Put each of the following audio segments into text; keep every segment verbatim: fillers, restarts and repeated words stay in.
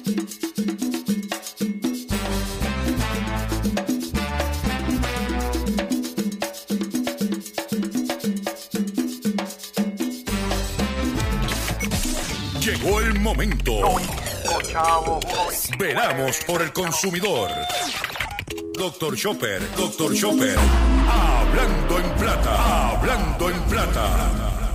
Llegó el momento. Veramos por el consumidor. Doctor Chopper, Doctor Chopper. Hablando en plata, hablando en plata.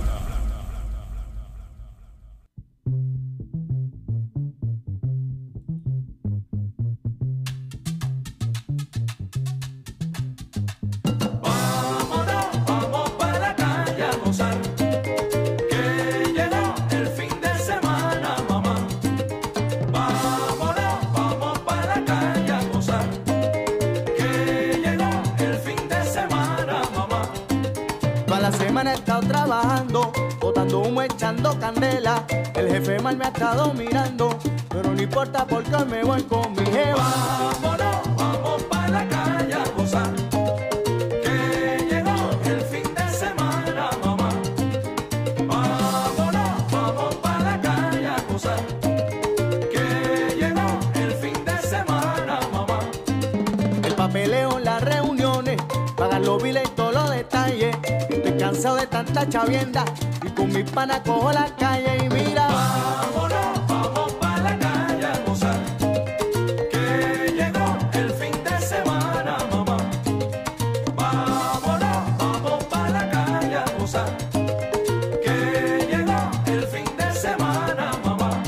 He estado trabajando, botando humo, echando candela. El jefe mal me ha estado mirando, pero no importa porque hoy me voy con mi jeva. Vámonos, vamos para la calle a gozar, que llegó el fin de semana, mamá. Vámonos, vamos para la calle a gozar, que llegó el fin de semana, mamá. El papeleo en las reuniones, pagar los biles y todos los detalles. Cansado de tanta chavienda y con mis panas cojo la calle y mira. Vámonos, vamos para la calle a gozar, que llegó el fin de semana, mamá. Vámonos, vamos para la calle a gozar, que llegó el fin de semana, mamá.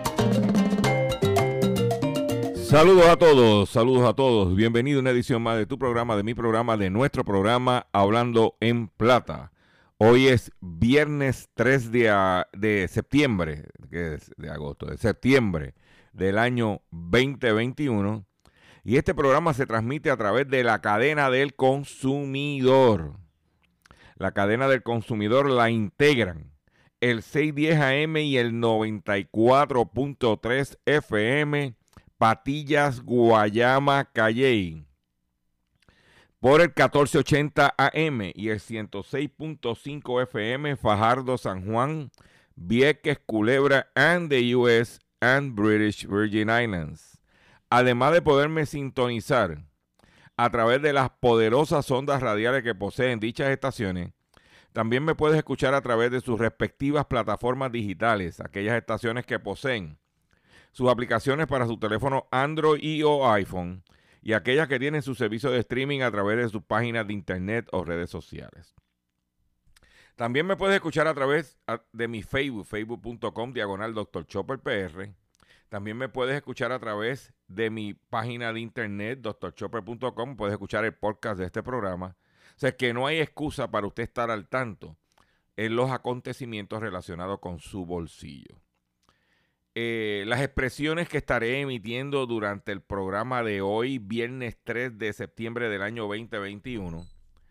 Saludos a todos, saludos a todos. Bienvenido a una edición más de tu programa, de mi programa, de nuestro programa Hablando en Plata. Hoy es viernes tres de, a, de septiembre, que es de agosto, de septiembre del año veinte veintiuno. Y este programa se transmite a través de la cadena del consumidor. La cadena del consumidor la integran el seiscientos diez A M y el noventa y cuatro punto tres F M, Patillas, Guayama, Calley. Por el catorce ochenta A M y el ciento seis punto cinco F M, Fajardo, San Juan, Vieques, Culebra, and the U S and British Virgin Islands. Además de poderme sintonizar a través de las poderosas ondas radiales que poseen dichas estaciones, también me puedes escuchar a través de sus respectivas plataformas digitales, aquellas estaciones que poseen sus aplicaciones para su teléfono Android y o iPhone, y aquellas que tienen su servicio de streaming a través de sus páginas de internet o redes sociales. También me puedes escuchar a través de mi Facebook, facebook punto com diagonal doctor Chopper P R. También me puedes escuchar a través de mi página de internet, doctor chopper punto com. Puedes escuchar el podcast de este programa. O sea, que no hay excusa para usted estar al tanto en los acontecimientos relacionados con su bolsillo. Eh, las expresiones que estaré emitiendo durante el programa de hoy, viernes tres de septiembre del año veinte veintiuno,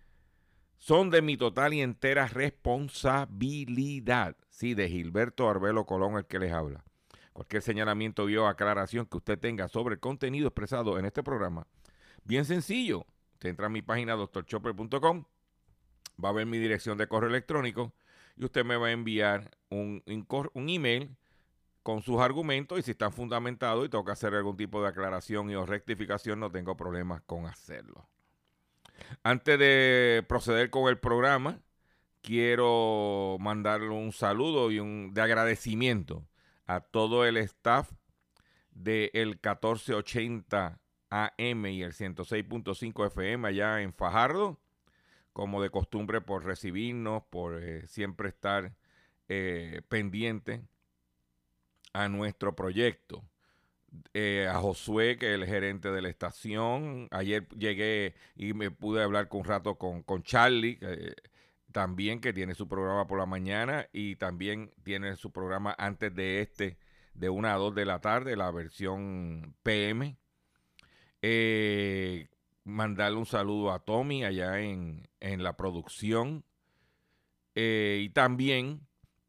son de mi total y entera responsabilidad. Sí, de Gilberto Arbelo Colón, el que les habla. Cualquier señalamiento o aclaración que usted tenga sobre el contenido expresado en este programa, bien sencillo. Usted entra a mi página doctor chopper punto com, va a ver mi dirección de correo electrónico y usted me va a enviar un, un email con sus argumentos, y si están fundamentados y tengo que hacer algún tipo de aclaración y o rectificación, no tengo problemas con hacerlo. Antes de proceder con el programa, quiero mandarle un saludo y un de agradecimiento a todo el staff del catorce ochenta A M y el ciento seis punto cinco F M allá en Fajardo, como de costumbre, por recibirnos, por eh, siempre estar eh, pendiente a nuestro proyecto. Eh, a Josué, que es el gerente de la estación. Ayer llegué y me pude hablar con un rato con, con Charlie, eh, también, que tiene su programa por la mañana y también tiene su programa antes de este, de una a dos de la tarde, la versión P M. Eh, mandarle un saludo a Tommy allá en, en la producción. Eh, y también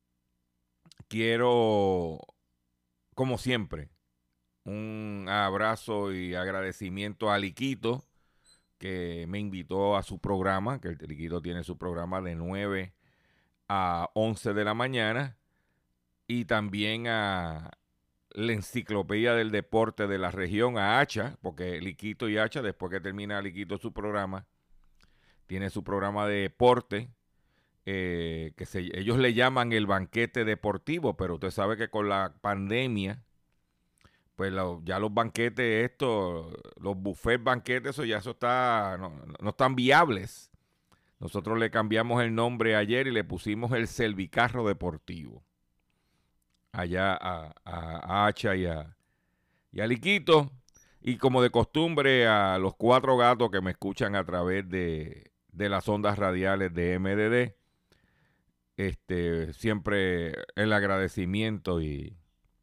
quiero, como siempre, un abrazo y agradecimiento a Liquito, que me invitó a su programa, que el Liquito tiene su programa de nueve a once de la mañana, y también a, la enciclopedia del deporte de la región, a Hacha, porque Liquito y Hacha, después que termina Liquito su programa, tiene su programa de deporte, eh, que se, ellos le llaman el banquete deportivo, pero usted sabe que con la pandemia, pues lo, ya los banquetes estos, los buffet banquetes, eso ya eso está, no, no están viables. Nosotros le cambiamos el nombre ayer y le pusimos el Servicarro Deportivo. Allá a, a, a Hacha y a, y a Liquito. Y como de costumbre a los cuatro gatos que me escuchan a través de, de las ondas radiales de M D D. Este, siempre el agradecimiento y,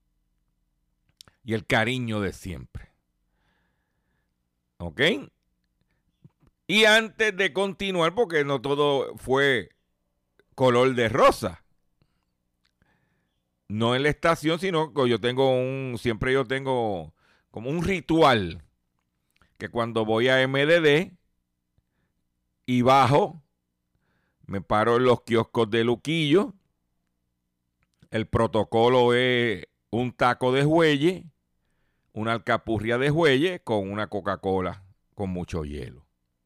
y el cariño de siempre. ¿Ok? Y antes de continuar, porque no todo fue color de rosa. No en la estación, sino que yo tengo un, siempre yo tengo como un ritual, que cuando voy a M D D y bajo, me paro en los kioscos de Luquillo. El protocolo es un taco de jueye, una alcapurria de jueye con una Coca-Cola con mucho hielo.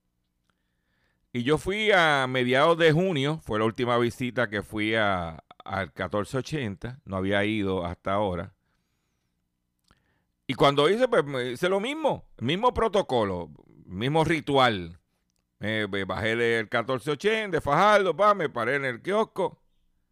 Y yo fui a mediados de junio, fue la última visita que fui a, al catorce ochenta, no había ido hasta ahora. Y cuando hice, pues hice lo mismo, el mismo protocolo, mismo ritual. Me, me bajé del catorce ochenta, de Fajardo, pa, me paré en el kiosco.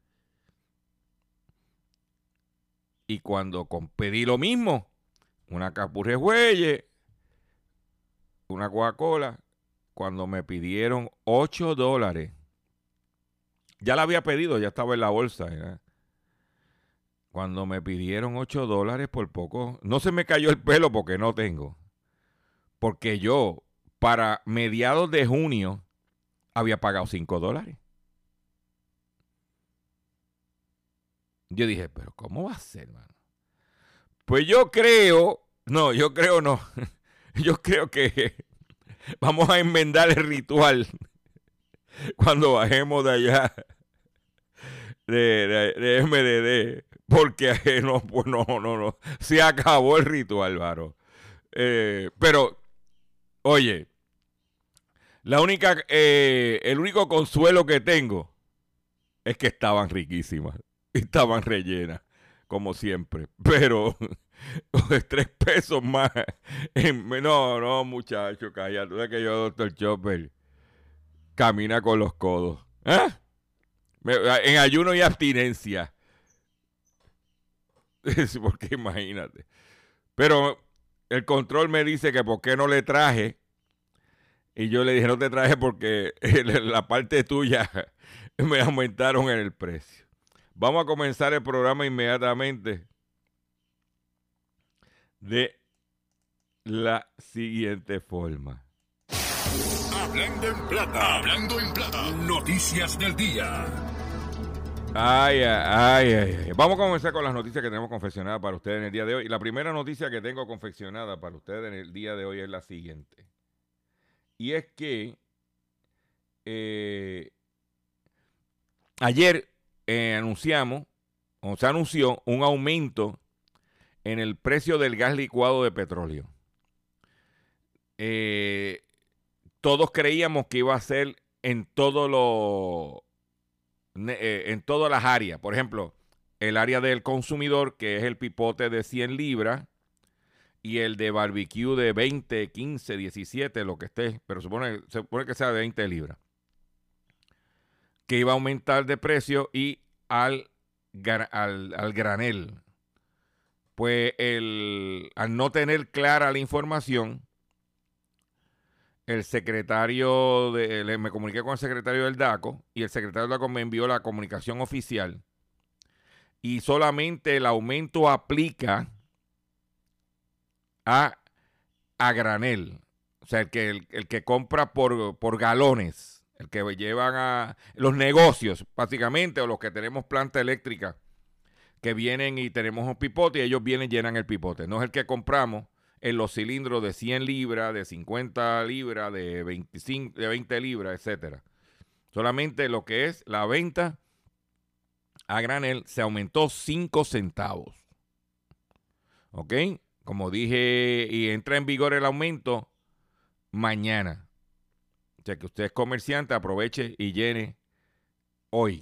Y cuando con, pedí lo mismo, una capurre jueye, una Coca-Cola, cuando me pidieron ocho dólares. Ya la había pedido, ya estaba en la bolsa. ¿verdad? Cuando me pidieron ocho dólares por poco, no se me cayó el pelo porque no tengo. Porque yo, para mediados de junio, había pagado cinco dólares. Yo dije, pero ¿cómo va a ser, mano? Pues yo creo, no, yo creo no. Yo creo que vamos a enmendar el ritual cuando bajemos de allá de, de, de M D D, porque no, pues no, no, no, se acabó el ritual, varo. Eh, pero, oye, la única, eh, el único consuelo que tengo es que estaban riquísimas, estaban rellenas, como siempre, pero tres pesos más. En, no, no, muchacho, calla. Tú sabes que yo, doctor Chopper, camina con los codos. ¿Ah? En ayuno y abstinencia. Porque imagínate. Pero el control me dice que por qué no le traje. Y yo le dije, no te traje porque la parte tuya me aumentaron en el precio. Vamos a comenzar el programa inmediatamente de la siguiente forma. Hablando en plata, hablando en plata, noticias del día. Ay, ay, ay, ay. Vamos a comenzar con las noticias que tenemos confeccionadas para ustedes en el día de hoy. Y la primera noticia que tengo confeccionada para ustedes en el día de hoy es la siguiente. Y es que eh, ayer eh, anunciamos, o se anunció un aumento en el precio del gas licuado de petróleo. Eh, todos creíamos que iba a ser en todo lo, eh, en todas las áreas. Por ejemplo, el área del consumidor, que es el pipote de cien libras, y el de barbecue de veinte, quince, diecisiete, lo que esté, pero supone, se supone que sea de veinte libras, que iba a aumentar de precio, y al, al, al granel. Pues el, al no tener clara la información, el secretario, de, le, me comuniqué con el secretario del DACO, y el secretario del DACO me envió la comunicación oficial, y solamente el aumento aplica a, a granel. O sea, el que, el, el que compra por, por galones, el que llevan a los negocios, básicamente, o los que tenemos planta eléctrica, que vienen y tenemos un pipote y ellos vienen y llenan el pipote. No es el que compramos en los cilindros de cien libras, de cincuenta libras, de veinticinco, de veinte libras, etcétera. Solamente lo que es la venta a granel se aumentó cinco centavos. ¿Ok? Como dije, y entra en vigor el aumento mañana. O sea que usted es comerciante, aproveche y llene hoy.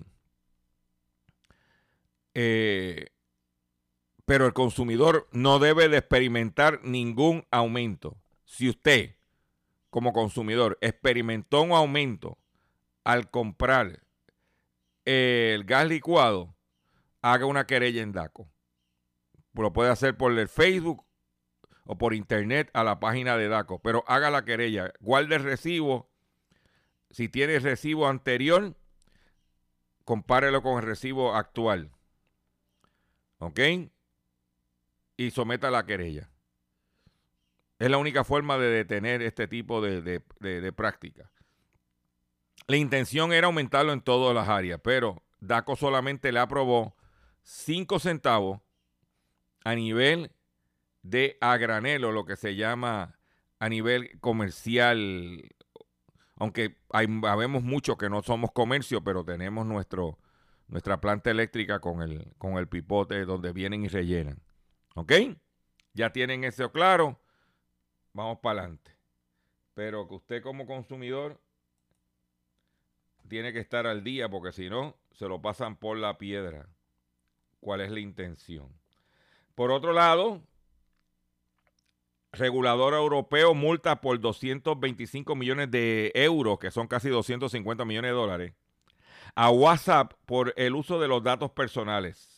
Eh, pero el consumidor no debe de experimentar ningún aumento. Si usted, como consumidor, experimentó un aumento al comprar el gas licuado, haga una querella en DACO. Lo puede hacer por el Facebook o por internet a la página de DACO, pero haga la querella. Guarde el recibo. Si tiene el recibo anterior, compárelo con el recibo actual. ¿Ok? Y someta la querella. Es la única forma de detener este tipo de, de, de, de práctica. La intención era aumentarlo en todas las áreas, pero DACO solamente le aprobó cinco centavos a nivel de a granelo, lo que se llama a nivel comercial. Aunque hay, habemos muchos que no somos comercio, pero tenemos nuestro, nuestra planta eléctrica con el, con el pipote donde vienen y rellenan. ¿Ok? Ya tienen eso claro. Vamos para adelante. Pero que usted como consumidor tiene que estar al día porque si no, se lo pasan por la piedra. ¿Cuál es la intención? Por otro lado, regulador europeo multa por doscientos veinticinco millones de euros, que son casi doscientos cincuenta millones de dólares, a WhatsApp por el uso de los datos personales.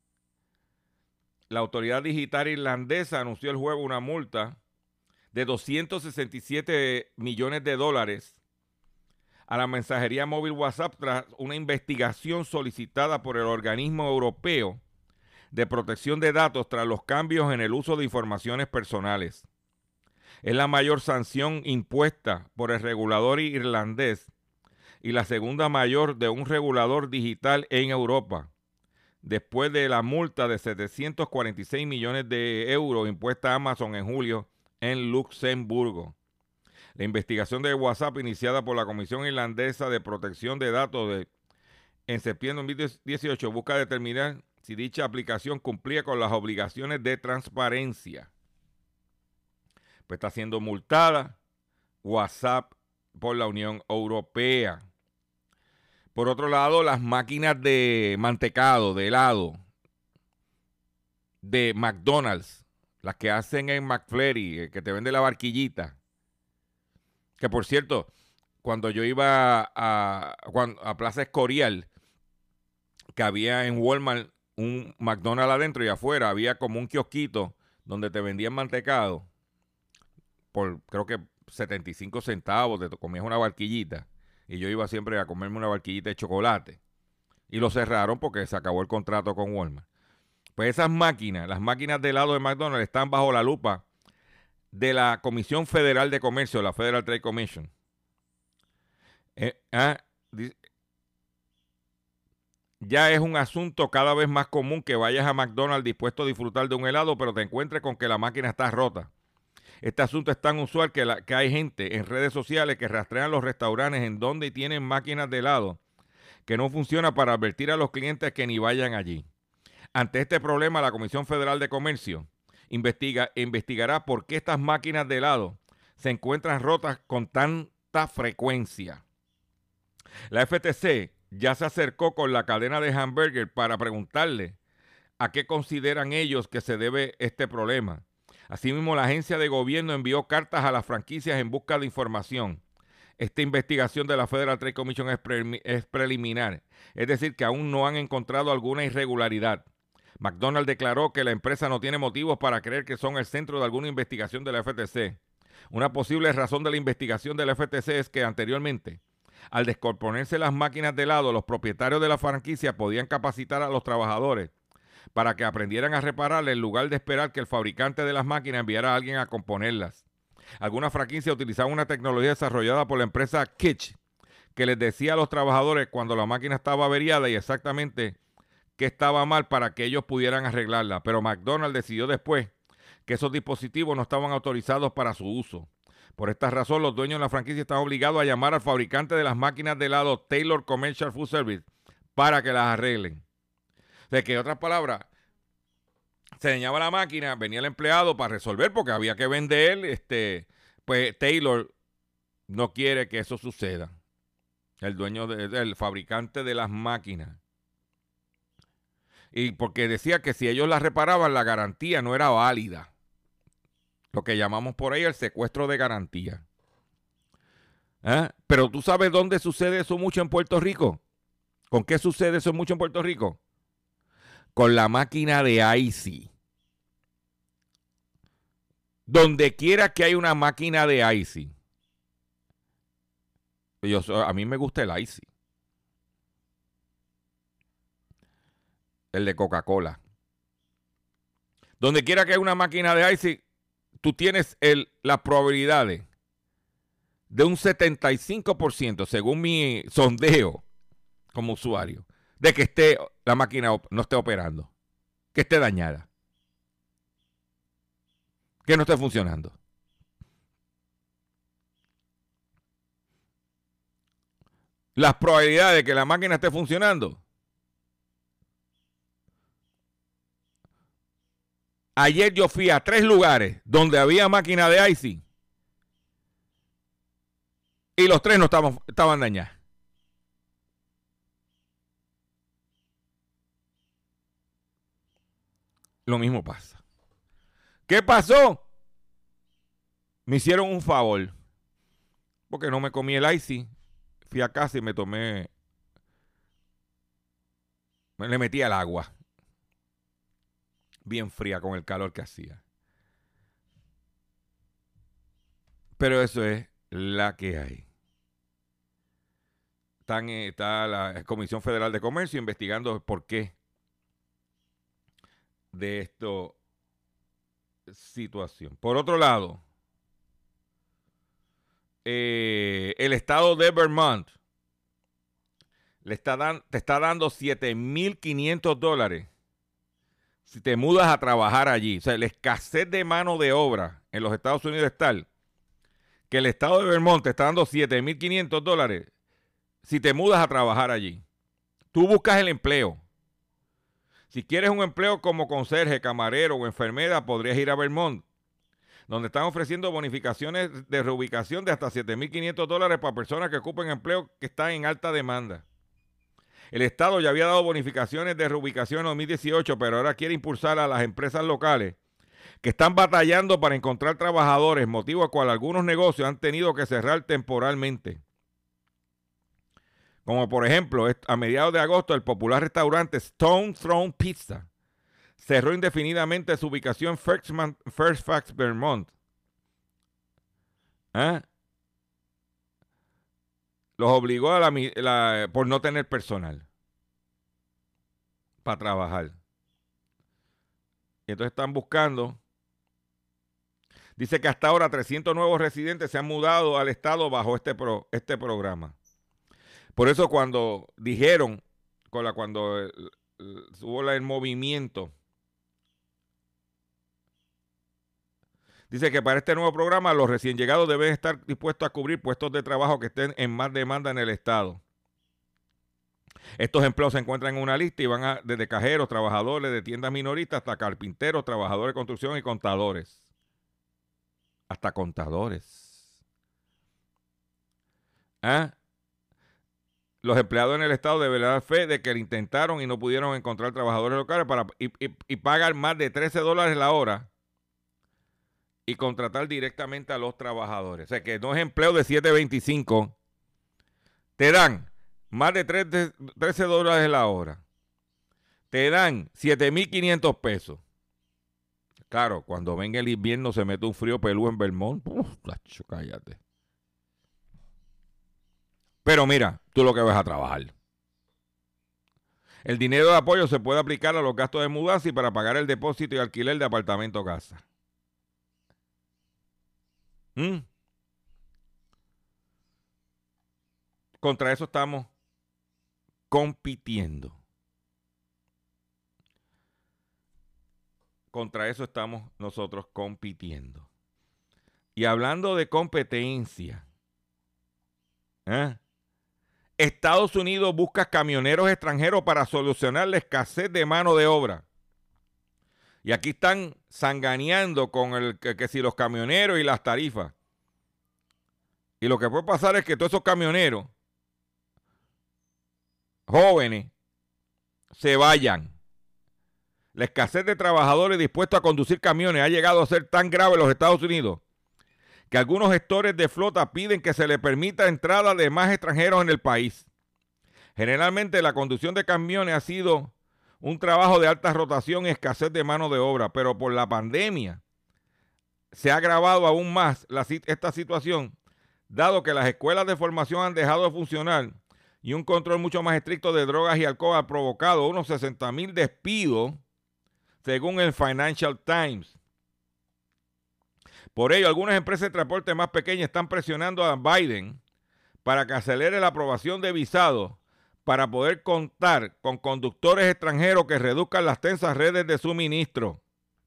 La autoridad digital irlandesa anunció el jueves una multa de doscientos sesenta y siete millones de dólares a la mensajería móvil WhatsApp tras una investigación solicitada por el organismo europeo de protección de datos tras los cambios en el uso de informaciones personales. Es la mayor sanción impuesta por el regulador irlandés y la segunda mayor de un regulador digital en Europa, después de la multa de setecientos cuarenta y seis millones de euros impuesta a Amazon en julio en Luxemburgo. La investigación de WhatsApp iniciada por la Comisión Irlandesa de Protección de Datos de, en septiembre de dos mil dieciocho busca determinar si dicha aplicación cumplía con las obligaciones de transparencia. Pues está siendo multada WhatsApp por la Unión Europea. Por otro lado, las máquinas de mantecado, de helado, de McDonald's, las que hacen en McFlurry, que te vende la barquillita. Que por cierto, cuando yo iba a, a Plaza Escorial, que había en Walmart un McDonald's adentro y afuera había como un kiosquito donde te vendían mantecado por creo que setenta y cinco centavos, te comías una barquillita. Y yo iba siempre a comerme una barquillita de chocolate. Y lo cerraron porque se acabó el contrato con Walmart. Pues esas máquinas, las máquinas de helado de McDonald's, están bajo la lupa de la Comisión Federal de Comercio, la Federal Trade Commission. Eh, ah, ya es un asunto cada vez más común que vayas a McDonald's dispuesto a disfrutar de un helado, pero te encuentres con que la máquina está rota. Este asunto es tan usual que, la, que hay gente en redes sociales que rastrean los restaurantes en donde tienen máquinas de helado que no funciona para advertir a los clientes que ni vayan allí. Ante este problema, la Comisión Federal de Comercio investiga, investigará por qué estas máquinas de helado se encuentran rotas con tanta frecuencia. La F T C ya se acercó con la cadena de hamburger para preguntarle a qué consideran ellos que se debe este problema. Asimismo, la agencia de gobierno envió cartas a las franquicias en busca de información. Esta investigación de la Federal Trade Commission es, pre es preliminar, es decir, que aún no han encontrado alguna irregularidad. McDonald's declaró que la empresa no tiene motivos para creer que son el centro de alguna investigación de la F T C. Una posible razón de la investigación de la F T C es que anteriormente, al descomponerse las máquinas de helado, los propietarios de la franquicia podían capacitar a los trabajadores para que aprendieran a repararlas en lugar de esperar que el fabricante de las máquinas enviara a alguien a componerlas. Algunas franquicias utilizaban una tecnología desarrollada por la empresa Kitsch, que les decía a los trabajadores cuando la máquina estaba averiada y exactamente qué estaba mal para que ellos pudieran arreglarla. Pero McDonald's decidió después que esos dispositivos no estaban autorizados para su uso. Por esta razón, los dueños de la franquicia están obligados a llamar al fabricante de las máquinas de helado Taylor Commercial Food Service para que las arreglen. O sea, que en otras palabras, Se dañaba la máquina, venía el empleado para resolver porque había que vender. Este, pues Taylor no quiere que eso suceda. El dueño, de, el fabricante de las máquinas. Y porque decía que si ellos las reparaban, la garantía no era válida. Lo que llamamos por ahí el secuestro de garantía. ¿Eh? Pero tú sabes dónde sucede eso mucho en Puerto Rico. ¿Con qué sucede eso mucho en Puerto Rico? Con la máquina de I C. Donde quiera que hay una máquina de I C. Yo, a mí me gusta el I C. El de Coca-Cola. Donde quiera que haya una máquina de I C, tú tienes el, las probabilidades de un setenta y cinco por ciento, según mi sondeo como usuario, de que esté la máquina no esté operando, que esté dañada, que no esté funcionando. Las probabilidades de que la máquina esté funcionando. Ayer yo fui a tres lugares donde había máquina de I C y los tres no estaban, estaban dañados. Lo mismo pasa. ¿Qué pasó? Me hicieron un favor porque no me comí el I C. Fui a casa y me tomé, me le metí al agua. Bien fría con el calor que hacía. Pero eso es la que hay. Están, está la Comisión Federal de Comercio investigando por qué de esta situación. Por otro lado, eh, el estado de Vermont le está dan, te está dando siete mil quinientos dólares si te mudas a trabajar allí. O sea, la escasez de mano de obra en los Estados Unidos es tal que el estado de Vermont te está dando siete mil quinientos dólares si te mudas a trabajar allí. Tú buscas el empleo. Si quieres un empleo como conserje, camarero o enfermera, podrías ir a Vermont, donde están ofreciendo bonificaciones de reubicación de hasta siete mil quinientos dólares para personas que ocupen empleo que están en alta demanda. El Estado ya había dado bonificaciones de reubicación en dos mil dieciocho, pero ahora quiere impulsar a las empresas locales que están batallando para encontrar trabajadores, motivo al cual algunos negocios han tenido que cerrar temporalmente. Como por ejemplo, a mediados de agosto, el popular restaurante Stone Throne Pizza cerró indefinidamente su ubicación en Fairfax, Vermont. ¿Eh? Los obligó a la, la, por no tener personal para trabajar. Y entonces están buscando. Dice que hasta ahora trescientos nuevos residentes se han mudado al estado bajo este, pro, este programa. Por eso cuando dijeron, con la, cuando el, el, hubo el movimiento, dice que para este nuevo programa los recién llegados deben estar dispuestos a cubrir puestos de trabajo que estén en más demanda en el estado. Estos empleos se encuentran en una lista y van a, desde cajeros, trabajadores de tiendas minoristas hasta carpinteros, trabajadores de construcción y contadores. Hasta contadores. ¿Ah? Los empleados en el estado deben dar fe de que lo intentaron y no pudieron encontrar trabajadores locales para, y, y, y pagar más de trece dólares la hora y contratar directamente a los trabajadores. O sea que no es empleo de siete veinticinco. Te dan más de trece dólares la hora. Te dan siete mil quinientos pesos. Claro, cuando venga el invierno se mete un frío pelú en Vermont. Uf, tacho, cállate. Pero mira, tú lo que vas a trabajar. El dinero de apoyo se puede aplicar a los gastos de mudanza y para pagar el depósito y alquiler de apartamento o casa. ¿Mm? Contra eso estamos compitiendo. Contra eso estamos nosotros compitiendo. Y hablando de competencia, ¿eh? Estados Unidos busca camioneros extranjeros para solucionar la escasez de mano de obra. Y aquí están sanganeando con el que, que si los camioneros y las tarifas. Y lo que puede pasar es que todos esos camioneros jóvenes se vayan. La escasez de trabajadores dispuestos a conducir camiones ha llegado a ser tan grave en los Estados Unidos que algunos gestores de flota piden que se le permita entrada de más extranjeros en el país. Generalmente la conducción de camiones ha sido un trabajo de alta rotación y escasez de mano de obra, pero por la pandemia se ha agravado aún más la, esta situación, dado que las escuelas de formación han dejado de funcionar y un control mucho más estricto de drogas y alcohol ha provocado unos sesenta mil despidos, según el Financial Times. Por ello, algunas empresas de transporte más pequeñas están presionando a Biden para que acelere la aprobación de visados para poder contar con conductores extranjeros que reduzcan las tensas redes de suministro.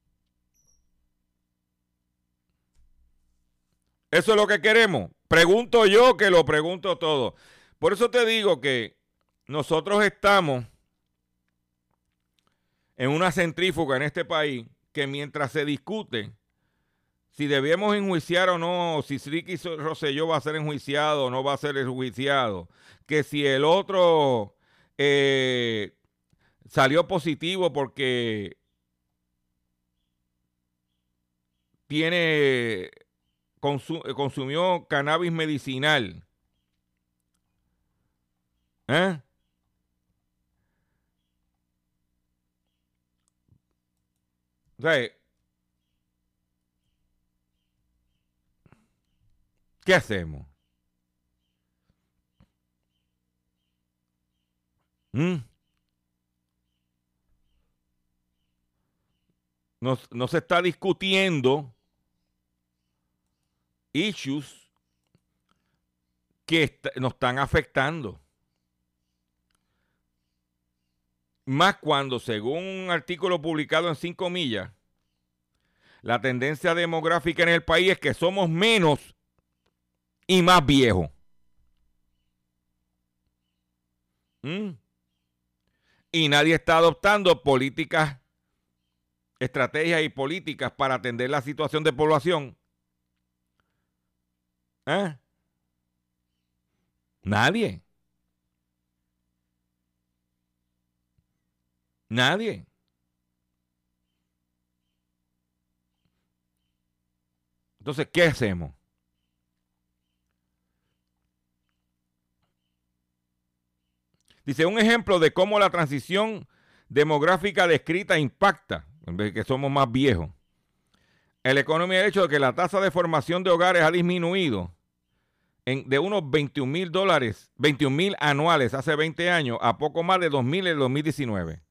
¿Eso es lo que queremos? Pregunto yo, que lo pregunto todo. Por eso te digo que nosotros estamos en una centrífuga en este país que mientras se discute si debemos enjuiciar o no, si Ricky Rosselló va a ser enjuiciado o no va a ser enjuiciado, que si el otro eh, salió positivo porque tiene consu, consumió cannabis medicinal. ¿Eh? O sea, ¿qué hacemos? ¿Mm? No, no se está discutiendo issues que est- nos están afectando. Más cuando, según un artículo publicado en Cinco Millas, la tendencia demográfica en el país es que somos menos y más viejos. ¿Mm? Y nadie está adoptando políticas, estrategias y políticas para atender la situación de población. ¿Eh? Nadie. Nadie. Entonces, ¿qué hacemos? Dice, un ejemplo de cómo la transición demográfica descrita impacta, en vez de que somos más viejos. El Economía ha hecho de que la tasa de formación de hogares ha disminuido en, de unos veintiún mil dólares, veintiún mil anuales hace veinte años a poco más de dos mil en el dos mil diecinueve.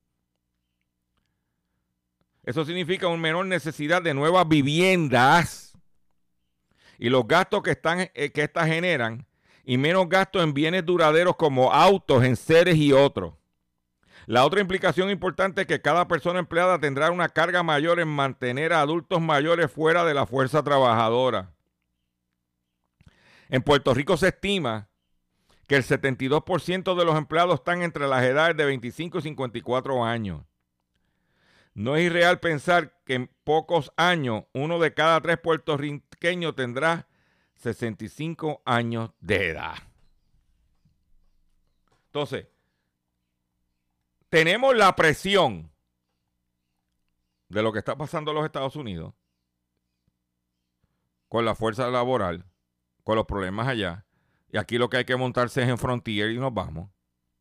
Eso significa una menor necesidad de nuevas viviendas y los gastos que, están, eh, que estas generan y menos gastos en bienes duraderos como autos, enseres y otros. La otra implicación importante es que cada persona empleada tendrá una carga mayor en mantener a adultos mayores fuera de la fuerza trabajadora. En Puerto Rico se estima que el setenta y dos por ciento de los empleados están entre las edades de veinticinco y cincuenta y cuatro años. No es irreal pensar que en pocos años uno de cada tres puertorriqueños tendrá sesenta y cinco años de edad. Entonces, tenemos la presión de lo que está pasando en los Estados Unidos con la fuerza laboral, con los problemas allá, y aquí lo que hay que montarse es en Frontier y nos vamos.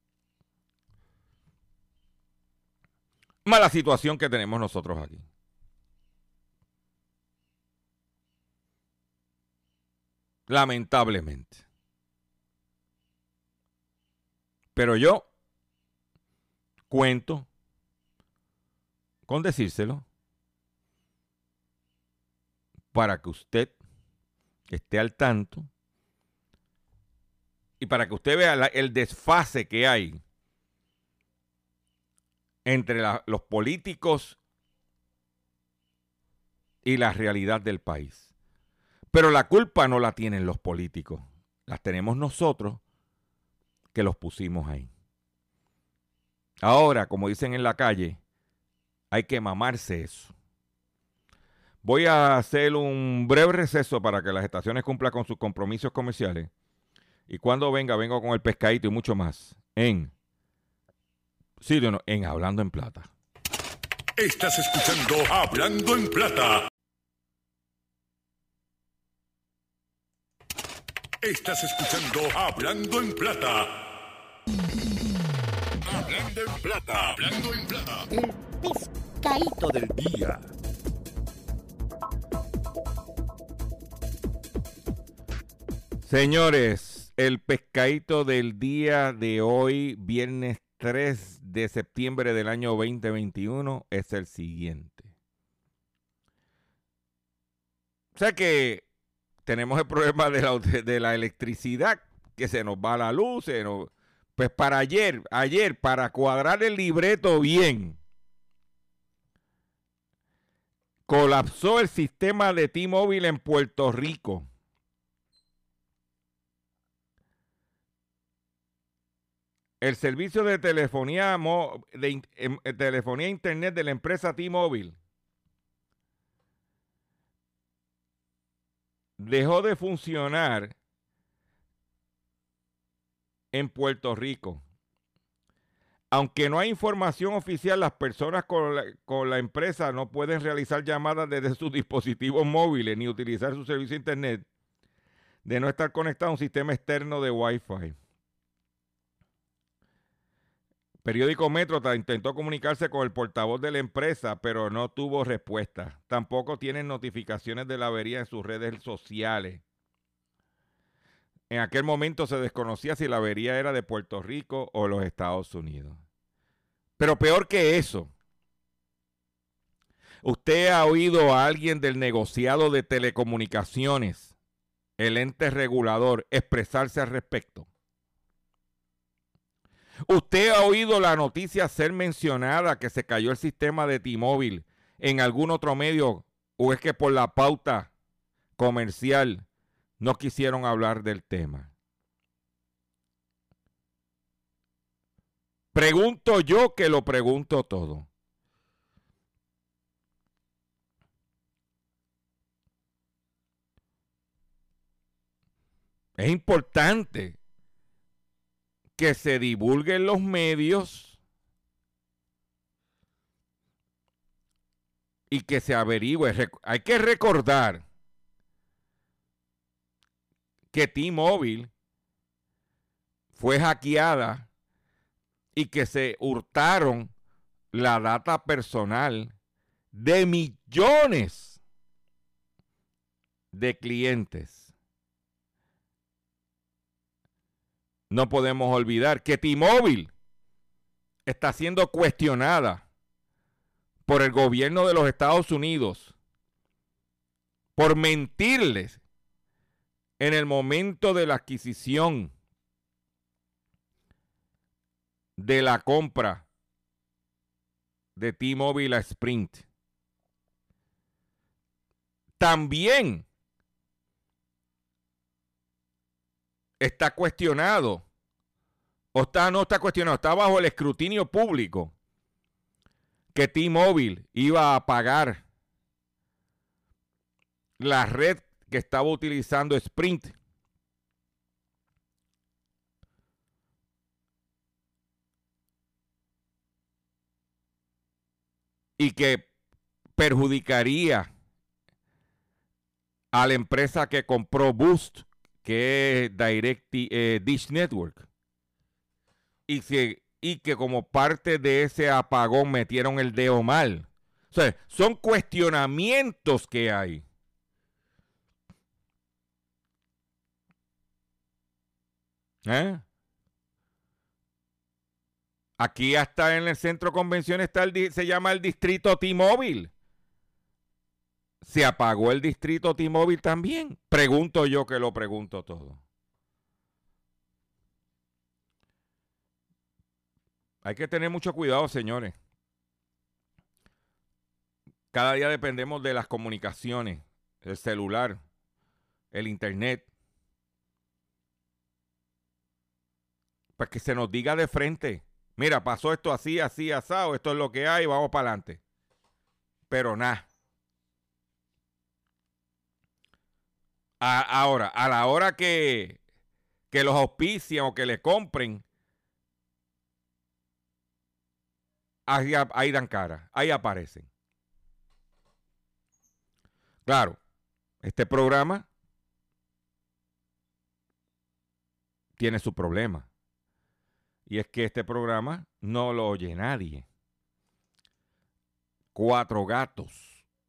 Mala situación que tenemos nosotros aquí. Lamentablemente. Pero yo cuento con decírselo para que usted esté al tanto y para que usted vea la, el desfase que hay entre la, los políticos y la realidad del país. Pero la culpa no la tienen los políticos, las tenemos nosotros que los pusimos ahí. Ahora, como dicen en la calle, Hay que mamarse eso. Voy a hacer un breve receso para que las estaciones cumplan con sus compromisos comerciales. Y cuando venga, vengo con el pescadito y mucho más. En, sí, no, en Hablando en Plata. Estás escuchando Hablando en Plata. Estás escuchando Hablando en Plata. Hablando en Plata. Hablando en Plata. El pescadito del día. Señores, el pescadito del día de hoy, viernes tres de septiembre del año veinte veintiuno, es el siguiente. O sea que tenemos el problema de la, de la electricidad, que se nos va la luz. Se nos, pues para ayer, ayer, para cuadrar el libreto bien, colapsó el sistema de T-Mobile en Puerto Rico. El servicio de telefonía, mo, de, de telefonía internet de la empresa T-Mobile dejó de funcionar en Puerto Rico. Aunque no hay información oficial, las personas con la, con la empresa no pueden realizar llamadas desde sus dispositivos móviles ni utilizar su servicio de internet de no estar conectado a un sistema externo de Wi-Fi. Periódico Metro intentó comunicarse con el portavoz de la empresa, pero no tuvo respuesta. Tampoco tienen notificaciones de la avería en sus redes sociales. En aquel momento se desconocía si la avería era de Puerto Rico o los Estados Unidos. Pero peor que eso, ¿usted ha oído a alguien del negociado de telecomunicaciones, el ente regulador, expresarse al respecto? ¿Usted ha oído la noticia ser mencionada que se cayó el sistema de T-Mobile en algún otro medio, o es que por la pauta comercial no quisieron hablar del tema? Pregunto yo, que lo pregunto todo. Es importante que se divulgue en los medios y que se averigüe. Hay que recordar que T-Mobile fue hackeada y que se hurtaron la data personal de millones de clientes. No podemos olvidar que T-Mobile está siendo cuestionada por el gobierno de los Estados Unidos por mentirles en el momento de la adquisición de la compra de T-Mobile a Sprint. También está cuestionado, o está, no está cuestionado, está bajo el escrutinio público que T-Mobile iba a pagar la red que estaba utilizando Sprint y que perjudicaría a la empresa que compró Boost, que es Direct eh, Dish Network, y, se, y que como parte de ese apagón metieron el dedo mal. O sea, son cuestionamientos que hay. ¿Eh? Aquí hasta en el centro de convenciones está el, se llama el distrito T-Mobile. ¿Se apagó el distrito T-Mobile también? Pregunto yo, que lo pregunto todo. Hay que tener mucho cuidado, señores. Cada día dependemos de las comunicaciones, el celular, el internet. Pues que se nos diga de frente: mira, pasó esto así, así, asado, esto es lo que hay, vamos para adelante. pero nada. Ahora, a la hora que, que los auspician o que le compren, ahí, ahí dan cara, ahí aparecen. Claro, este programa tiene su problema. Y es que este programa no lo oye nadie. Cuatro gatos.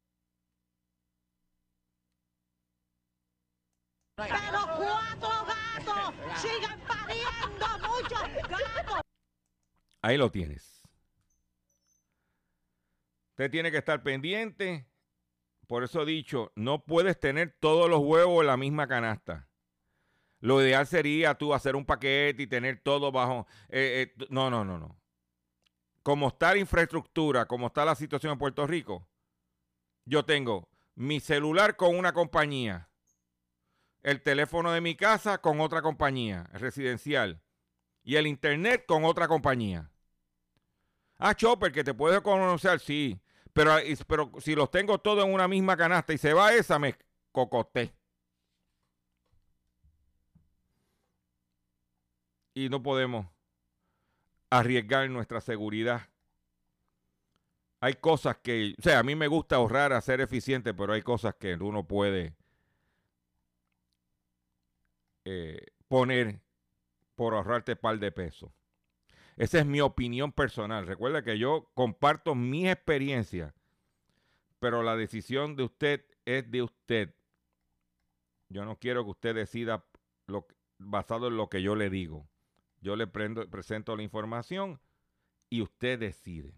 Pero cuatro gatos sigan pariendo muchos gatos. Ahí lo tienes. Usted tiene que estar pendiente. Por eso he dicho, no puedes tener todos los huevos en la misma canasta. Lo ideal sería tú hacer un paquete y tener todo bajo... Eh, eh, no, no, no, no. Como está la infraestructura, como está la situación en Puerto Rico, yo tengo mi celular con una compañía, el teléfono de mi casa con otra compañía residencial y el internet con otra compañía. Ah, Chopper, que te puedes conocer, sí, pero, pero si los tengo todos en una misma canasta y se va esa, me cocoté. Y no podemos arriesgar nuestra seguridad. Hay cosas que, o sea, a mí me gusta ahorrar, ser eficiente, pero hay cosas que uno puede eh, poner por ahorrarte un par de pesos. Esa es mi opinión personal. Recuerda que yo comparto mis experiencias, pero la decisión de usted es de usted. Yo no quiero que usted decida lo, basado en lo que yo le digo. Yo le prendo, presento la información y usted decide.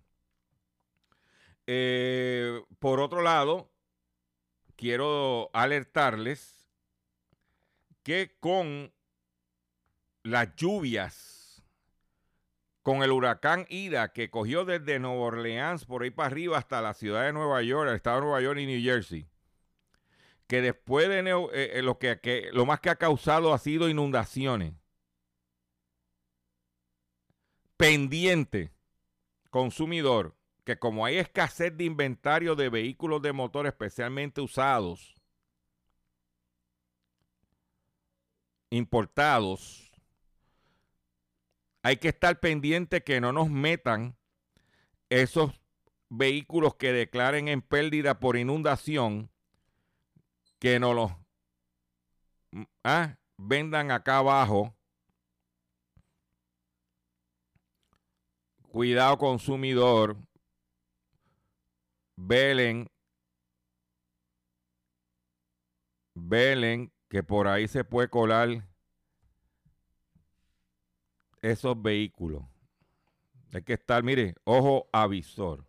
Eh, por otro lado, quiero alertarles que con las lluvias, con el huracán Ida que cogió desde Nueva Orleans por ahí para arriba hasta la ciudad de Nueva York, el estado de Nueva York y New Jersey, que después de eh, lo, que, que, lo más que ha causado ha sido inundaciones. Pendiente, consumidor, que como hay escasez de inventario de vehículos de motor especialmente usados, importados, hay que estar pendiente que no nos metan esos vehículos que declaren en pérdida por inundación, que nos los ah, vendan acá abajo. Cuidado, consumidor. Velen. Velen que por ahí se puede colar esos vehículos. Hay que estar, mire, ojo avisor.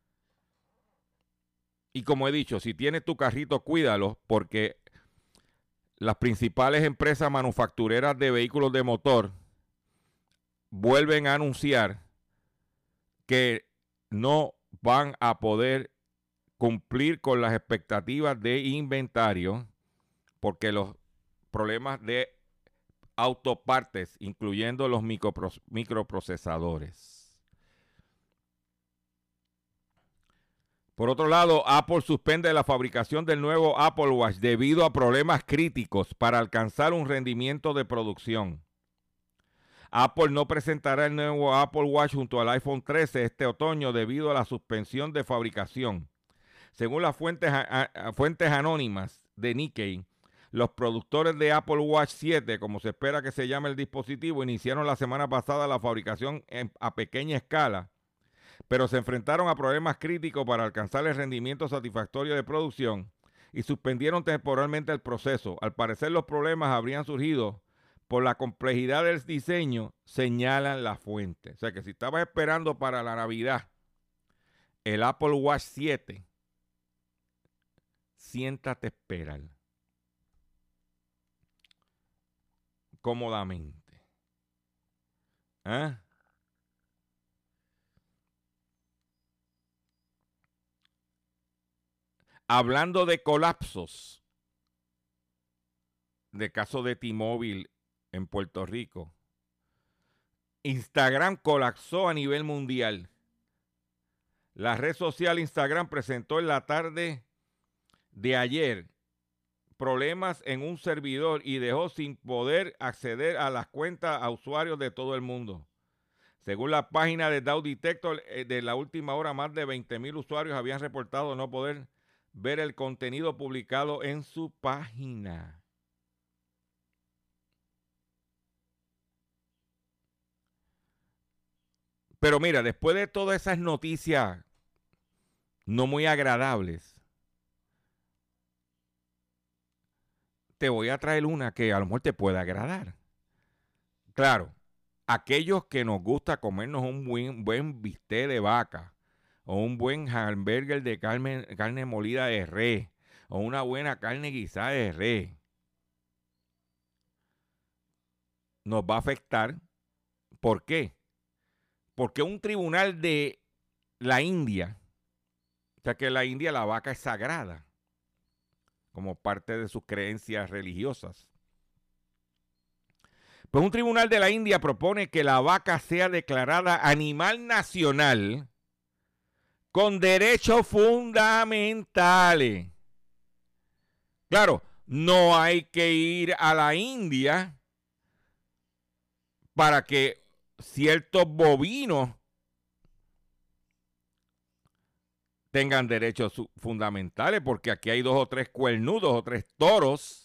Y como he dicho, si tienes tu carrito, cuídalo, porque las principales empresas manufactureras de vehículos de motor vuelven a anunciar que no van a poder cumplir con las expectativas de inventario porque los problemas de autopartes, incluyendo los micropro- microprocesadores. Por otro lado, Apple suspende la fabricación del nuevo Apple Watch debido a problemas críticos para alcanzar un rendimiento de producción. Apple no presentará el nuevo Apple Watch junto al iPhone trece este otoño debido a la suspensión de fabricación. Según las fuentes, a, a, fuentes anónimas de Nikkei, los productores de Apple Watch siete, como se espera que se llame el dispositivo, iniciaron la semana pasada la fabricación en, a pequeña escala, pero se enfrentaron a problemas críticos para alcanzar el rendimiento satisfactorio de producción y suspendieron temporalmente el proceso. Al parecer, los problemas habrían surgido por la complejidad del diseño, señalan la fuente. O sea que si estabas esperando para la Navidad el Apple Watch siete, siéntate a esperar cómodamente. ¿Ah? Hablando de colapsos, de caso de T-Mobile en Puerto Rico, Instagram colapsó a nivel mundial. La red social Instagram presentó en la tarde de ayer problemas en un servidor y dejó sin poder acceder a las cuentas a usuarios de todo el mundo. Según la página de Dow Detector, de la última hora, más de veinte mil usuarios habían reportado no poder ver el contenido publicado en su página. Pero mira, después de todas esas noticias no muy agradables, te voy a traer una que a lo mejor te pueda agradar. Claro, aquellos que nos gusta comernos un buen, buen bistec de vaca, o un buen hamburger de carne, carne molida de res, o una buena carne guisada de res, nos va a afectar. ¿Por qué? Porque un tribunal de la India, o sea que en la India la vaca es sagrada, como parte de sus creencias religiosas. Pues un tribunal de la India propone que la vaca sea declarada animal nacional con derechos fundamentales. Claro, no hay que ir a la India para que ciertos bovinos tengan derechos fundamentales, porque aquí hay dos o tres cuernudos o tres toros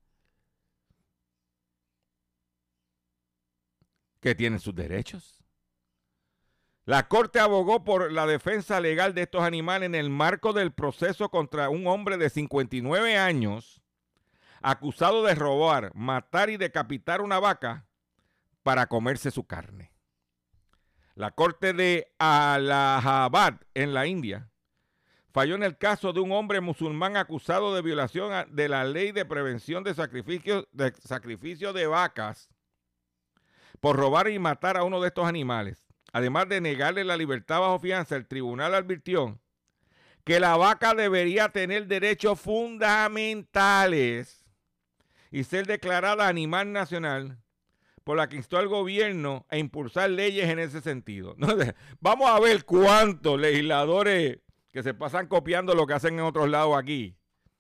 que tienen sus derechos. La Corte abogó por la defensa legal de estos animales en el marco del proceso contra un hombre de cincuenta y nueve años acusado de robar, matar y decapitar una vaca para comerse su carne. La Corte de Allahabad, en la India, falló en el caso de un hombre musulmán acusado de violación de la ley de prevención de sacrificio de, sacrificio de vacas por robar y matar a uno de estos animales. Además de negarle la libertad bajo fianza, el tribunal advirtió que la vaca debería tener derechos fundamentales y ser declarada animal nacional, por la que instó al gobierno a impulsar leyes en ese sentido. Vamos a ver cuántos legisladores que se pasan copiando lo que hacen en otros lados aquí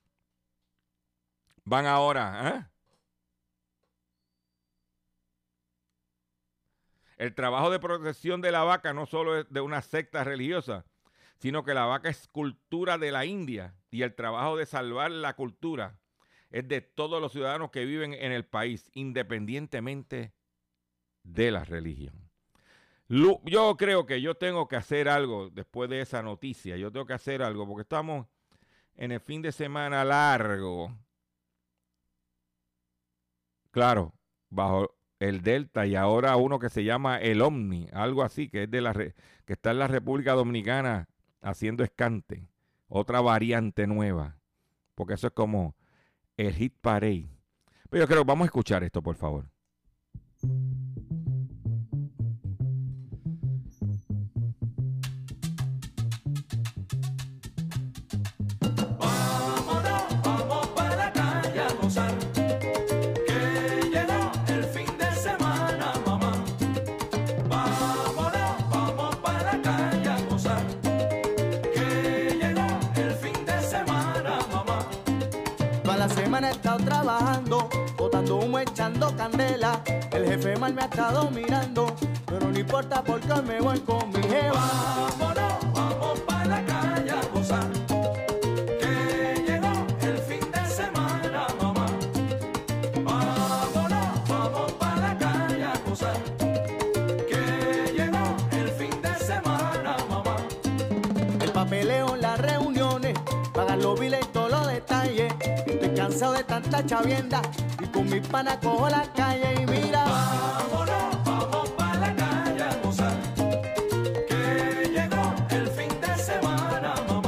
van ahora, ¿eh? El trabajo de protección de la vaca no solo es de una secta religiosa, sino que la vaca es cultura de la India, y el trabajo de salvar la cultura es de todos los ciudadanos que viven en el país, independientemente de la religión. Yo creo que yo tengo que hacer algo después de esa noticia. Yo tengo que hacer algo porque estamos en el fin de semana largo. Claro, bajo el Delta, y ahora uno que se llama el Omni, algo así, que es de la que está en la República Dominicana haciendo escante. Otra variante nueva, porque eso es como el hit parade. Pero yo creo, vamos a escuchar esto, por favor. Vámonos, vamos para la calle a gozar, que llegó el fin de semana, mamá. Vámonos, vamos para la calle a gozar, que llegó el fin de semana, mamá. Toda la semana he estado trabajando, botando humo, echando candela. El jefe mal me ha estado mirando, pero no importa porque hoy me voy con mi jeva. Vámonos, vamos para la calle a gozar, que llegó el fin de semana, mamá. Vámonos, vamos para la calle a gozar, que llegó el fin de semana, mamá. El papeleo en las reuniones, pagar los biles y todos los detalles. Estoy cansado de tanta chavienda y con mis panas cojo la calle y mira. Vámonos, vamos para la calle a gozar, que llegó el fin de semana, mamá.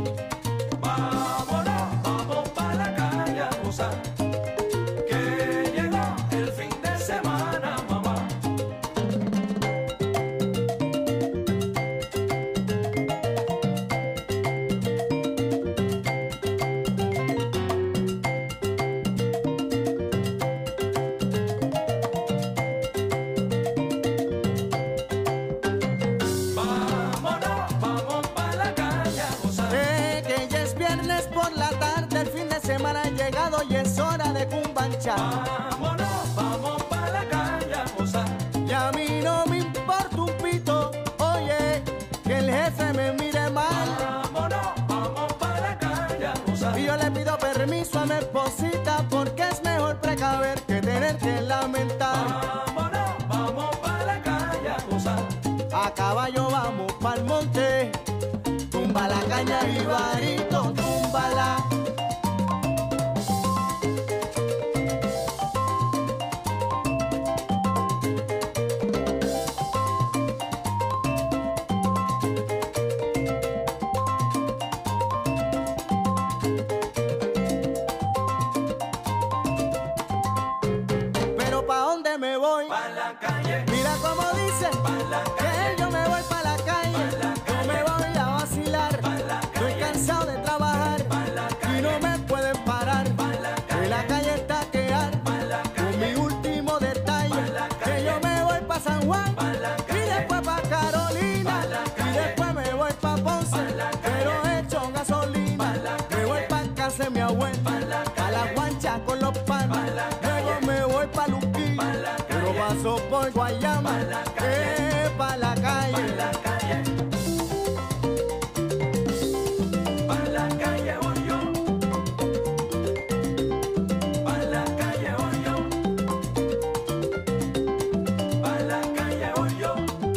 Vámonos, vamos para la calle a gozar, que llegó el fin de semana, mamá. ha llegado y es hora de cumbanchar. Vámonos, vamos pa' la calle a gozar. Y a mí no me importa un pito, oye, que el jefe me mire mal. Vámonos, vamos pa' la calle a gozar. Y yo le pido permiso a mi esposita porque es mejor precaver que tener que lamentar. Vámonos, vamos pa' la calle a gozar. A caballo vamos pa'l monte, tumba la caña y varito, túmbala. Pero pa' dónde me voy, Pa' la calle, mira cómo dice, pa' la calle, que yo me voy pa' la calle, yo me voy a vacilar, estoy cansado de trabajar y no me pueden parar, que la calle está que arde, con mi último detalle, que yo me voy pa' San Juan y después pa' Carolina y después me voy pa' Ponce, pero hecho gasolina, me voy pa' casa de mi abuela, pa' la guancha con los panes, luego me voy pa' Luquí, pero paso por Guayama, que pa' la calle. pa' la calle voy yo. Pa' la calle voy yo. Pa' la calle voy yo.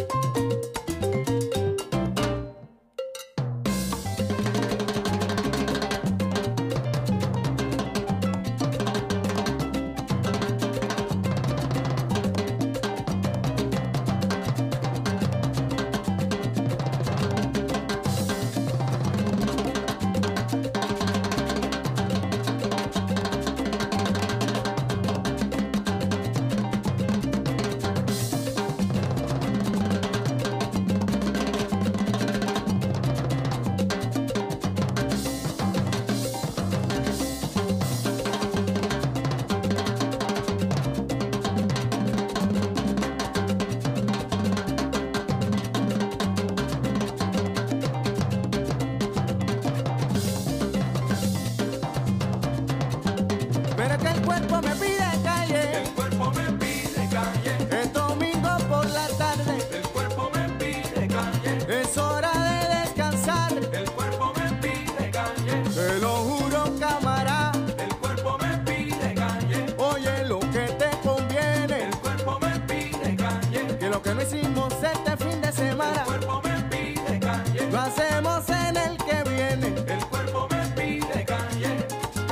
Pero es que el cuerpo me pide calle, El cuerpo me pide calle. es domingo por la tarde, El cuerpo me pide calle. es hora de descansar, El cuerpo me pide calle. te lo juro camarada, El cuerpo me pide calle. oye lo que te conviene, El cuerpo me pide calle. que lo que no hicimos este fin de El semana, cuerpo me pide calle. lo hacemos en el que viene. El cuerpo me pide calle.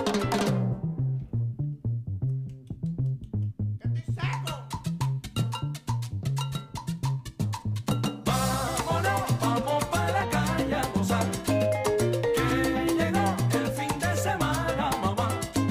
Vámonos, vamos pa' la calle a gozar. Que llegó el fin de semana, mamá.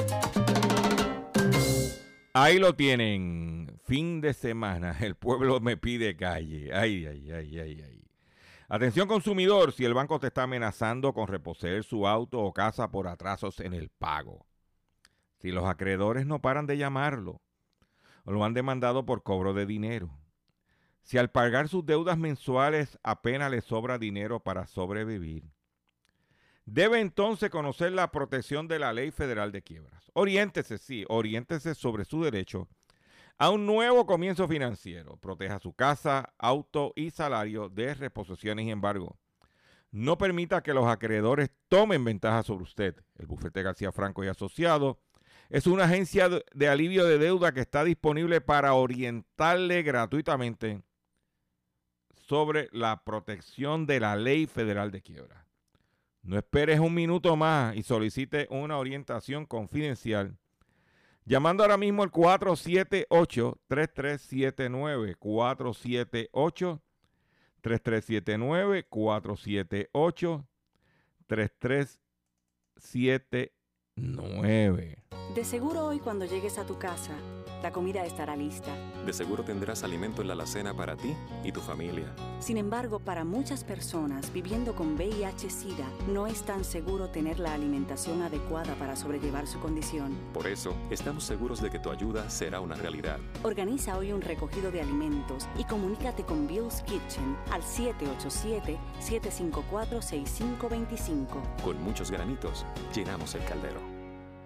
Ahí lo tienen, fin de semana, el pueblo me pide calle. Ay, ay, ay, ay, ay. Atención consumidor, si el banco te está amenazando con reposeer su auto o casa por atrasos en el pago. Si los acreedores no paran de llamarlo o lo han demandado por cobro de dinero. Si al pagar sus deudas mensuales apenas le sobra dinero para sobrevivir. Debe entonces conocer la protección de la Ley Federal de Quiebras. Oriéntese, sí, oriéntese sobre su derecho a un nuevo comienzo financiero. Proteja su casa, auto y salario de reposiciones y embargo. No permita que los acreedores tomen ventaja sobre usted. El bufete García Franco y Asociados es una agencia de alivio de deuda que está disponible para orientarle gratuitamente sobre la protección de la Ley Federal de Quiebra. No esperes un minuto más y solicite una orientación confidencial llamando ahora mismo al cuatro siete ocho, tres tres siete nueve, cuatro siete ocho, tres tres siete nueve, cuatro siete ocho, tres tres siete nueve. De seguro hoy cuando llegues a tu casa, la comida estará lista. De seguro tendrás alimento en la alacena para ti y tu familia. Sin embargo, para muchas personas viviendo con V I H SIDA, no es tan seguro tener la alimentación adecuada para sobrellevar su condición. Por eso, estamos seguros de que tu ayuda será una realidad. Organiza hoy un recogido de alimentos y comunícate con Bill's Kitchen al siete ocho siete, siete cinco cuatro, seis cinco dos cinco. Con muchos granitos, llenamos el caldero.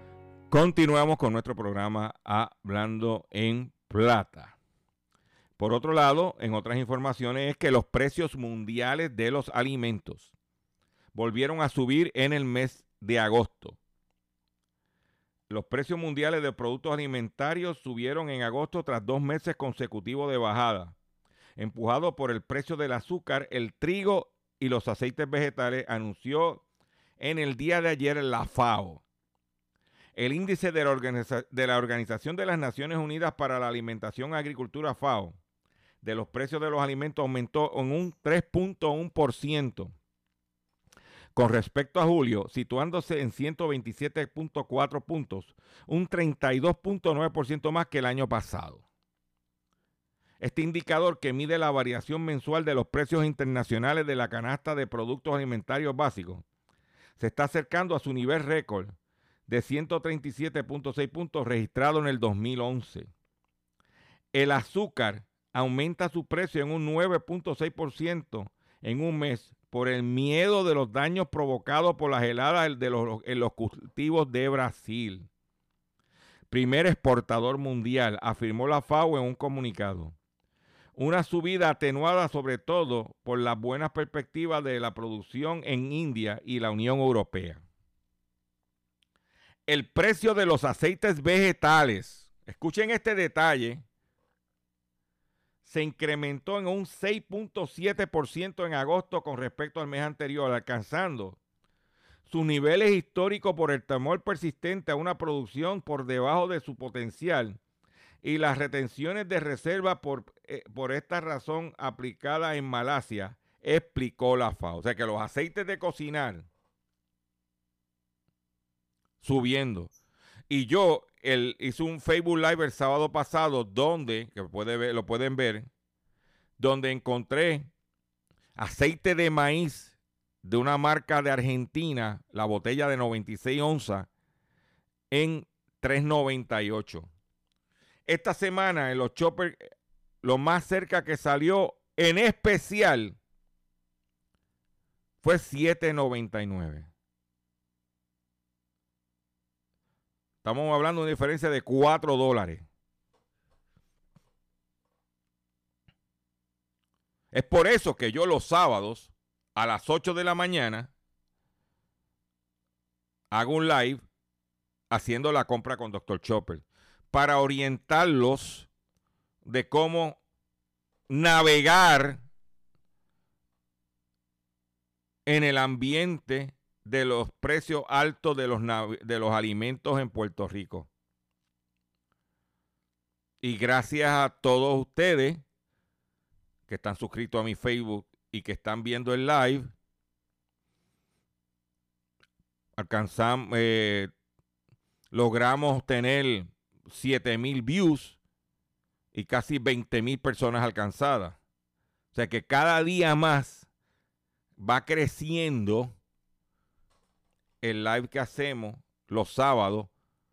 Continuamos con nuestro programa Hablando en Plata. Por otro lado, en otras informaciones es que los precios mundiales de los alimentos volvieron a subir en el mes de agosto. Los precios mundiales de productos alimentarios subieron en agosto tras dos meses consecutivos de bajada, empujado por el precio del azúcar, el trigo y los aceites vegetales, anunció en el día de ayer la FAO. El índice de la, Organiza- de la Organización de las Naciones Unidas para la Alimentación y Agricultura, FAO, de los precios de los alimentos aumentó en un tres punto uno por ciento con respecto a julio, situándose en ciento veintisiete punto cuatro puntos, un treinta y dos punto nueve por ciento más que el año pasado. Este indicador, que mide la variación mensual de los precios internacionales de la canasta de productos alimentarios básicos, se está acercando a su nivel récord de ciento treinta y siete punto seis puntos registrado en el dos mil once. El azúcar aumenta su precio en un nueve punto seis por ciento en un mes por el miedo de los daños provocados por las heladas de los, en los cultivos de Brasil. Primer exportador mundial, afirmó la FAO en un comunicado. Una subida atenuada sobre todo por las buenas perspectivas de la producción en India y la Unión Europea. El precio de los aceites vegetales, escuchen este detalle, se incrementó en un seis punto siete por ciento en agosto con respecto al mes anterior, alcanzando sus niveles históricos por el temor persistente a una producción por debajo de su potencial y las retenciones de reserva por, eh, por esta razón aplicada en Malasia, explicó la FAO. O sea que los aceites de cocinar subiendo. Y yo el, hice un Facebook Live el sábado pasado donde, que puede ver, lo pueden ver, donde encontré aceite de maíz de una marca de Argentina, la botella de noventa y seis onzas, en tres noventa y ocho. Esta semana en los choppers, lo más cerca que salió en especial fue siete noventa y nueve. Estamos hablando de una diferencia de cuatro dólares. Es por eso que yo los sábados a las ocho de la mañana hago un live haciendo la compra con doctor Chopper para orientarlos de cómo navegar en el ambiente de los precios altos de los, de los alimentos en Puerto Rico. Y gracias a todos ustedes que están suscritos a mi Facebook y que están viendo el live, alcanzamos, eh, logramos tener siete mil views y casi veinte mil personas alcanzadas. O sea que cada día más va creciendo el live que hacemos los sábados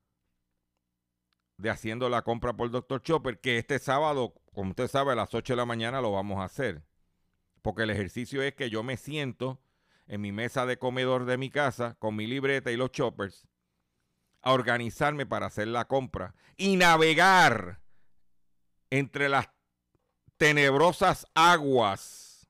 de haciendo la compra por doctor Chopper, que este sábado, como usted sabe, a las ocho de la mañana lo vamos a hacer. Porque el ejercicio es que yo me siento en mi mesa de comedor de mi casa con mi libreta y los choppers a organizarme para hacer la compra y navegar entre las tenebrosas aguas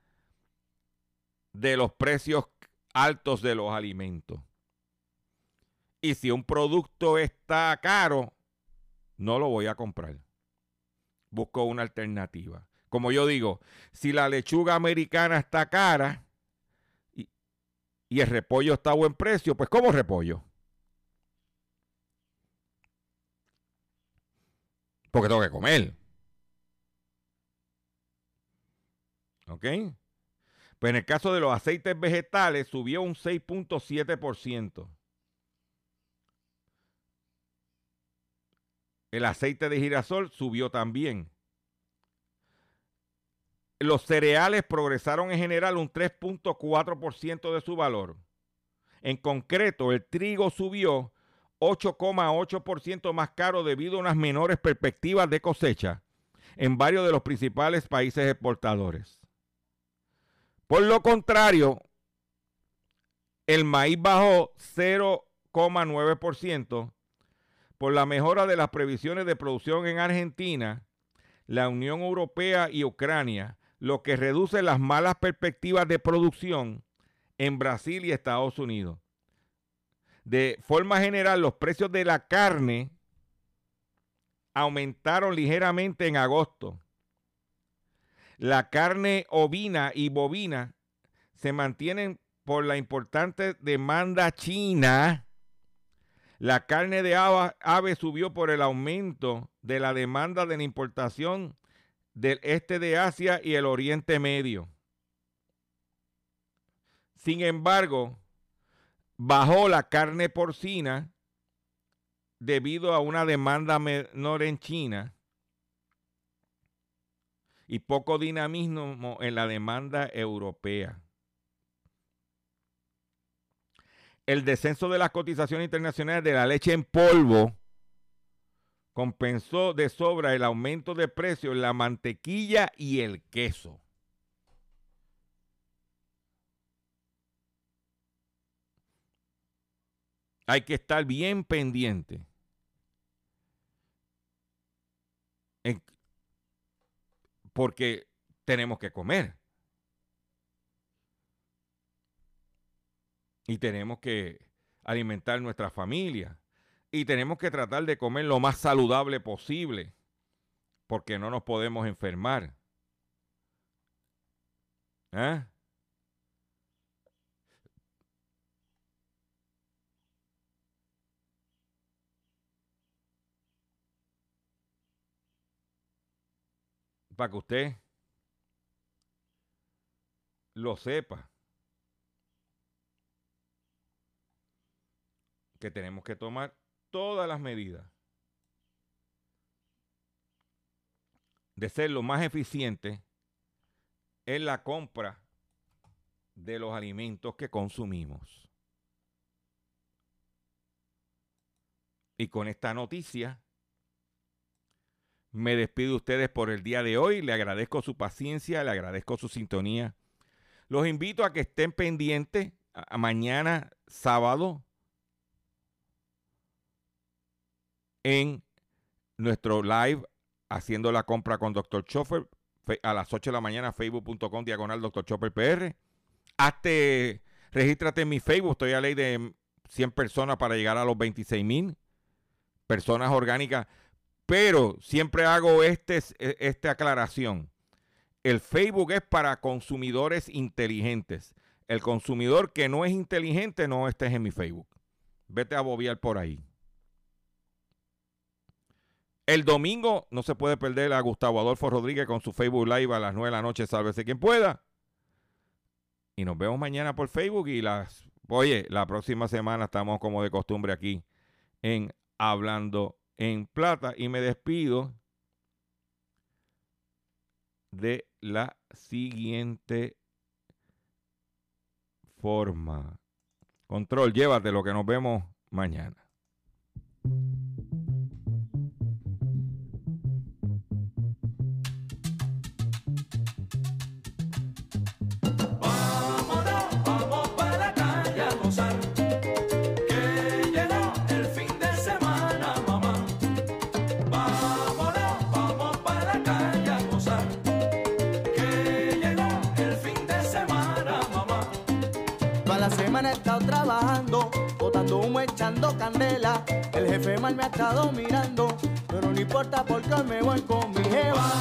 de los precios altos de los alimentos. Y si un producto está caro, no lo voy a comprar. Busco una alternativa. Como yo digo, si la lechuga americana está cara y, y el repollo está a buen precio, pues ¿cómo repollo? Porque tengo que comer. ¿Ok? Pues en el caso de los aceites vegetales subió un seis punto siete por ciento. El aceite de girasol subió también. Los cereales progresaron en general un tres punto cuatro por ciento de su valor. En concreto, el trigo subió ocho coma ocho por ciento más caro debido a unas menores perspectivas de cosecha en varios de los principales países exportadores. Por lo contrario, el maíz bajó cero coma nueve por ciento por la mejora de las previsiones de producción en Argentina, la Unión Europea y Ucrania, lo que reduce las malas perspectivas de producción en Brasil y Estados Unidos. De forma general, los precios de la carne aumentaron ligeramente en agosto. La carne ovina y bovina se mantienen por la importante demanda china. La carne de ave, ave subió por el aumento de la demanda de la importación del este de Asia y el Oriente Medio. Sin embargo, bajó la carne porcina debido a una demanda menor en China y poco dinamismo en la demanda europea. El descenso de las cotizaciones internacionales de la leche en polvo compensó de sobra el aumento de precios en la mantequilla y el queso. Hay que estar bien pendiente en, porque tenemos que comer. Y tenemos que alimentar nuestra familia. Y tenemos que tratar de comer lo más saludable posible, porque no nos podemos enfermar. ¿Ah? Para que usted lo sepa, que tenemos que tomar todas las medidas de ser lo más eficiente en la compra de los alimentos que consumimos. Y con esta noticia me despido de ustedes por el día de hoy. Le agradezco su paciencia, le agradezco su sintonía. Los invito a que estén pendientes a, a mañana sábado en nuestro live haciendo la compra con doctor Chopper a las ocho de la mañana, facebook punto com diagonal doctor Chopper P R. Hazte, regístrate en mi Facebook, estoy a ley de cien personas para llegar a los veintiséis mil personas orgánicas, pero siempre hago este, esta aclaración. El Facebook es para consumidores inteligentes. El consumidor que no es inteligente no estés en mi Facebook. Vete a bobear por ahí. El domingo no se puede perder a Gustavo Adolfo Rodríguez con su Facebook Live a las nueve de la noche, sálvese quien pueda. Y nos vemos mañana por Facebook y las, oye, la próxima semana estamos como de costumbre aquí en Hablando en Plata. Y me despido de la siguiente forma. Control, llévate lo que nos vemos mañana. La semana he estado trabajando, botando humo, echando candela. El jefe mal me ha estado mirando, pero no importa porque hoy me voy con mi jeva.